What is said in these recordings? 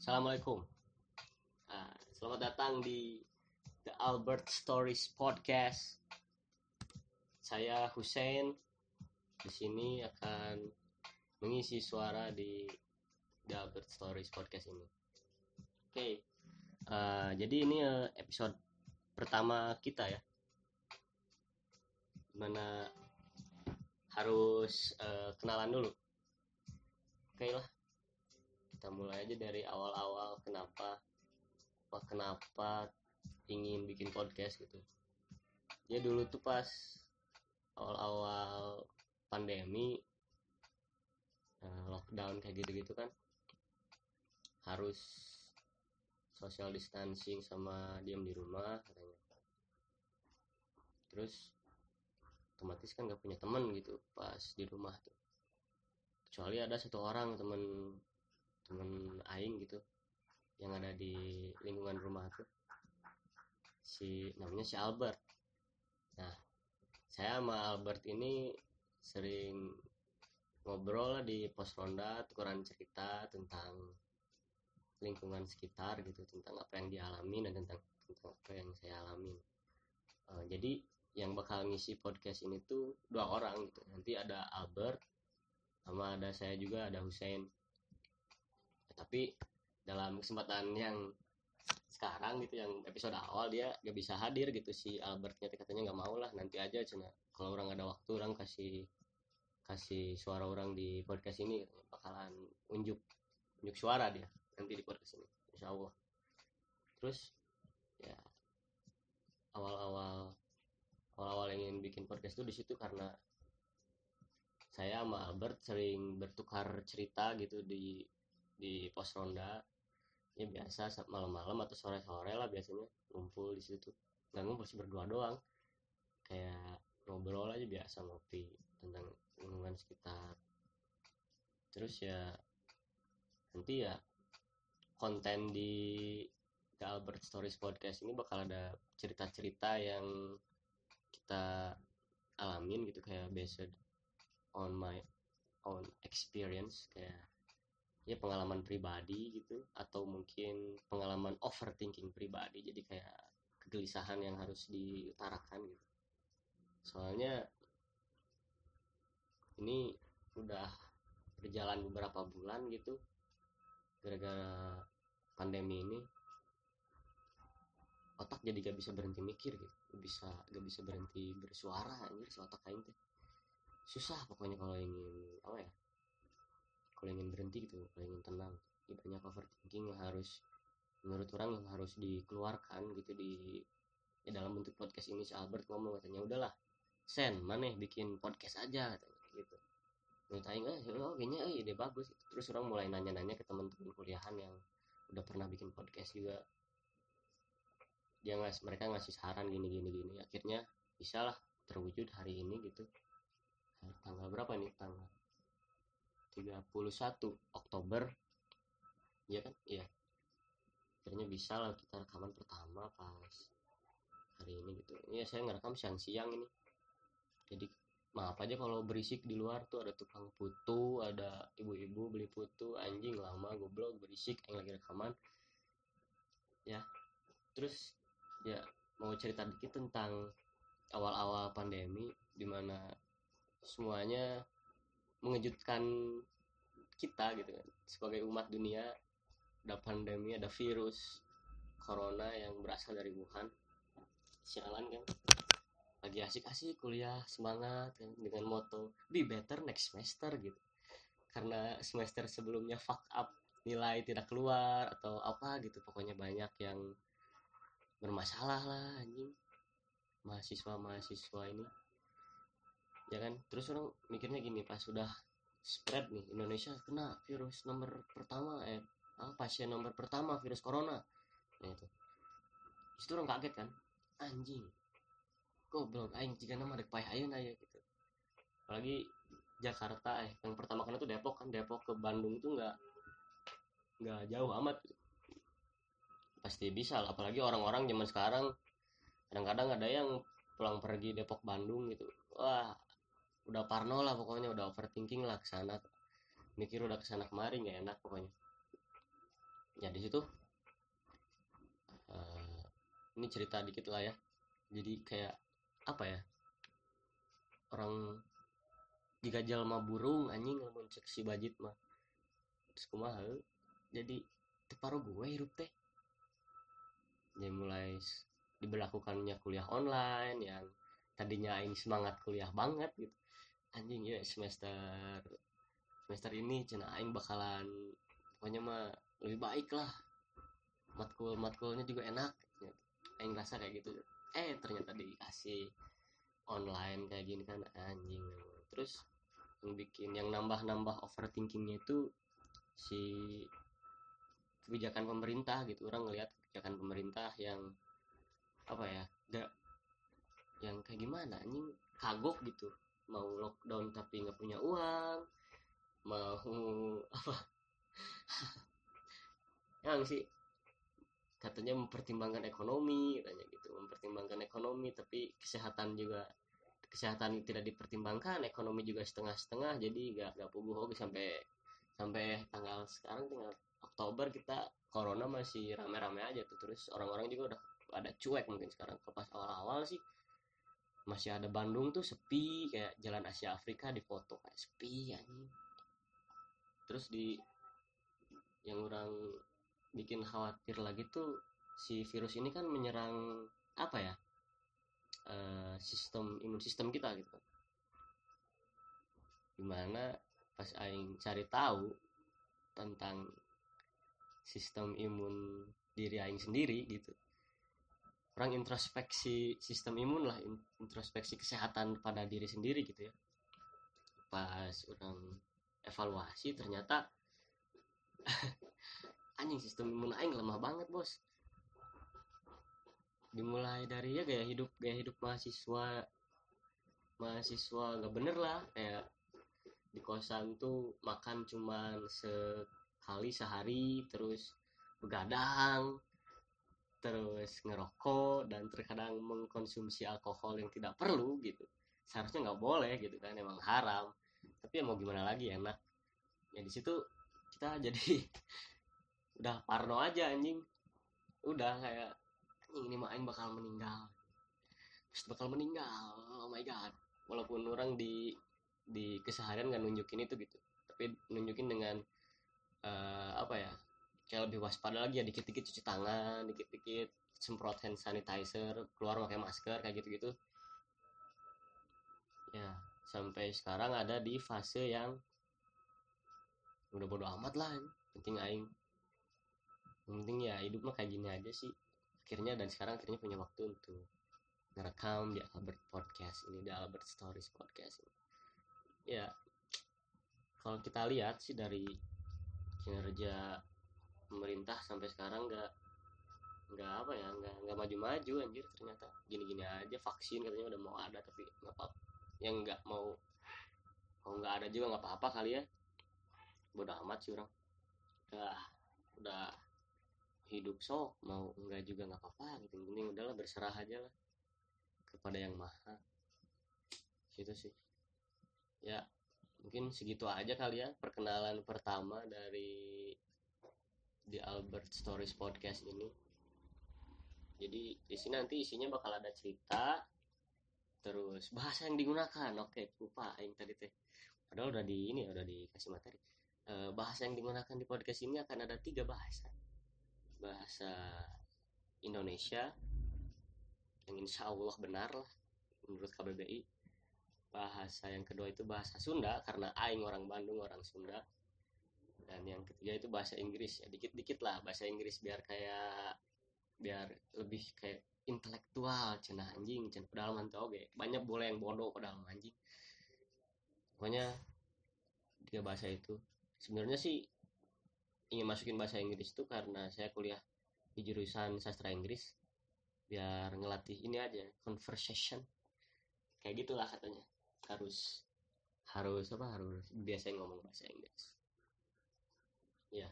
Assalamualaikum. Selamat datang di The Albert Stories Podcast. Saya Hussein. Di sini akan mengisi suara di The Albert Stories Podcast ini. Oke. Jadi ini episode pertama kita ya. Dimana harus kenalan dulu. Oke lah. Kita mulai aja dari awal-awal kenapa ingin bikin podcast gitu. Ya dulu tuh pas awal-awal pandemi, lockdown kayak gitu-gitu kan, harus social distancing sama diam di rumah katanya. Terus otomatis kan gak punya teman gitu pas di rumah tuh, kecuali ada satu orang temen aing gitu yang ada di lingkungan rumah tuh, namanya si Albert. Nah, saya sama Albert ini sering ngobrol lah di pos ronda, tukeran cerita tentang lingkungan sekitar gitu, tentang apa yang dialami dan tentang apa yang saya alamin. Jadi yang bakal ngisi podcast ini tuh dua orang gitu. Nanti ada Albert sama ada saya juga, ada Hussein. Tapi dalam kesempatan yang sekarang gitu, yang episode awal dia gak bisa hadir gitu, si Albertnya katanya nggak mau lah, nanti aja cina kalau orang ada waktu orang kasih suara orang di podcast ini, bakalan unjuk suara dia nanti di podcast ini insya Allah. Terus ya awal-awal ingin bikin podcast itu di situ karena saya sama Albert sering bertukar cerita gitu di pos ronda. Ya biasa malam-malam atau sore-sore lah biasanya ngumpul di situ. Nggak ngumpul sih, berdua doang, kayak ngobrol aja biasa, ngopi tentang lingkungan sekitar. Terus ya nanti ya konten di The Albert Stories Podcast ini bakal ada cerita-cerita yang kita alamin gitu, kayak based on my own experience, kayak ya pengalaman pribadi gitu, atau mungkin pengalaman overthinking pribadi, jadi kayak kegelisahan yang harus diutarakan gitu. Soalnya ini udah berjalan beberapa bulan gitu, gara-gara pandemi ini otak jadi gak bisa berhenti mikir gitu, gak bisa berhenti bersuara anjir, otak aing teh susah pokoknya kalau ingin berhenti gitu, kalau ingin tenang. Ya banyak overthinking yang harus, menurut orang, yang harus dikeluarkan gitu dalam bentuk podcast ini. Si Albert ngomong katanya, udahlah Sen, maneh bikin podcast aja katanya gitu. Menurut aing kayaknya ide bagus gitu. Terus orang mulai nanya-nanya ke teman-teman kuliahan yang udah pernah bikin podcast juga, mereka ngasih saran gini. Akhirnya bisa lah terwujud hari ini gitu. Tanggal berapa nih? Tanggal 31 Oktober, ya kan? Iya, akhirnya bisa lah kita rekaman pertama pas hari ini gitu. Iya, saya ngerekam siang-siang ini, jadi maaf aja kalau berisik. Di luar tuh ada tukang putu, ada ibu-ibu beli putu, anjing lama goblok berisik yang lagi rekaman ya. Terus ya mau cerita dikit tentang awal-awal pandemi, dimana semuanya mengejutkan kita gitu kan, sebagai umat dunia. Ada pandemi, ada virus corona yang berasal dari Wuhan. Sialan kan, lagi asik-asik kuliah, semangat kan, dengan moto be better next semester gitu, karena semester sebelumnya fuck up, nilai tidak keluar atau apa gitu, pokoknya banyak yang bermasalah lah anjing, mahasiswa ini ya kan. Terus orang mikirnya gini, pas sudah spread nih, Indonesia kena virus nomor pertama, pasien nomor pertama virus corona, nah itu orang kaget kan, anjing goblok aing jika nama rek payah ayeuna ya gitu. Apalagi Jakarta, yang pertama kena tuh Depok kan, Depok ke Bandung tuh nggak jauh amat gitu. Pasti bisa lah, apalagi orang-orang zaman sekarang kadang-kadang ada yang pulang pergi Depok Bandung gitu, wah udah parno lah pokoknya, udah overthinking lah kesana, mikir udah kesana kemari nggak enak pokoknya. Ya di situ ini cerita dikit lah ya. Jadi kayak apa ya, orang jika jalma burung anjing lamun cek si Bajit mah terus kumaha jadi teparo gue hirup teh. Jadi mulai diberlakukannya kuliah online yang tadinya aing semangat kuliah banget gitu, anjing ya semester semester ini cina aing bakalan pokoknya mah lebih baik lah, matkulnya juga enak gitu. Aing rasa kayak gitu, ternyata dikasih online kayak gini kan anjing. Terus yang bikin yang nambah overthinkingnya itu si kebijakan pemerintah gitu. Orang ngelihat kebijakan pemerintah yang apa ya, gak yang kayak gimana anjing, kagok gitu, mau lockdown tapi nggak punya uang, mau apa yang sih katanya mempertimbangkan ekonomi katanya gitu, mempertimbangkan ekonomi tapi kesehatan tidak dipertimbangkan, ekonomi juga setengah-setengah, jadi gak puguh oke sampai sampai tanggal sekarang tinggal Oktober kita corona masih rame-rame aja tuh. Terus orang-orang juga udah ada cuek mungkin sekarang. Pas awal-awal sih masih ada Bandung tuh sepi, kayak jalan Asia Afrika di foto kayak sepi anjing. Terus di yang orang bikin khawatir lagi tuh si virus ini kan menyerang apa ya, sistem imun sistem kita gitu kan, dimana pas aing cari tahu tentang sistem imun diri aing sendiri gitu, orang introspeksi sistem imun lah, introspeksi kesehatan pada diri sendiri gitu ya. Pas orang evaluasi ternyata anjing sistem imun aing lemah banget bos. Dimulai dari ya gaya hidup mahasiswa, mahasiswa gak bener lah, kayak di kosan tuh makan cuman sekali sehari, terus begadang, terus ngerokok, dan terkadang mengkonsumsi alkohol yang tidak perlu gitu. Seharusnya nggak boleh gitu kan, emang haram. Tapi ya mau gimana lagi, enak. Ya di situ kita jadi udah parno aja anjing. Udah kayak anjing ini main bakal meninggal. Terus bakal meninggal. Oh my god. Walaupun orang di keseharian nggak nunjukin itu gitu. Tapi nunjukin dengan apa ya, kayak lebih waspada lagi ya, dikit-dikit cuci tangan, dikit-dikit semprot hand sanitizer, keluar pakai masker kayak gitu-gitu ya. Sampai sekarang ada di fase yang udah bodo amat lah, penting aing, yang penting ya hidup mah kayak gini aja sih akhirnya. Dan sekarang akhirnya punya waktu untuk ngerekam di Albert Podcast ini, di Albert Stories Podcast ini ya. Kalau kita lihat sih dari kinerja pemerintah sampai sekarang nggak apa ya, nggak maju-maju anjir. Ternyata gini-gini aja, vaksin katanya udah mau ada tapi nggak apa, yang nggak mau, kalau nggak ada juga nggak apa-apa kali ya, bodoh amat sih orang. Udah hidup sok mau enggak juga nggak apa-apa gitu, yang penting udahlah berserah aja lah kepada yang maha, gitu sih ya. Mungkin segitu aja kali ya perkenalan pertama dari di Albert Stories Podcast ini. Jadi di sini nanti isinya bakal ada cerita, terus bahasa yang digunakan. Oke, lupa yang tadi teh, padahal udah di ini ya, udah dikasih materi. Bahasa yang digunakan di podcast ini akan ada 3 bahasa. Bahasa Indonesia yang insya Allah benar lah menurut KBBI. Bahasa yang kedua itu bahasa Sunda karena aing orang Bandung, orang Sunda. Dan yang ketiga itu bahasa Inggris ya, dikit-dikit lah bahasa Inggris biar kayak, biar lebih kayak intelektual cenah anjing, cenah padahal mantau oke banyak boleh yang bodoh padahal anjing. Pokoknya 3 bahasa itu sebenarnya sih ingin masukin bahasa Inggris itu karena saya kuliah di jurusan sastra Inggris, biar ngelatih ini aja, conversation kayak gitulah katanya, harus harus apa, harus biasa ngomong bahasa Inggris ya.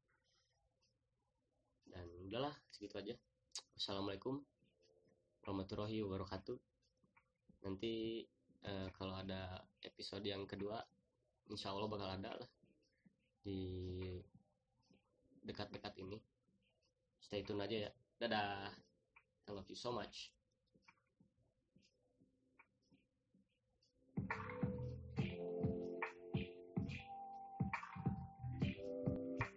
Dan udahlah segitu aja. Wassalamualaikum warahmatullahi wabarakatuh. Nanti kalau ada episode yang kedua insya Allah bakal ada lah di dekat-dekat ini. Stay tune aja ya. Dadah. I love you so much.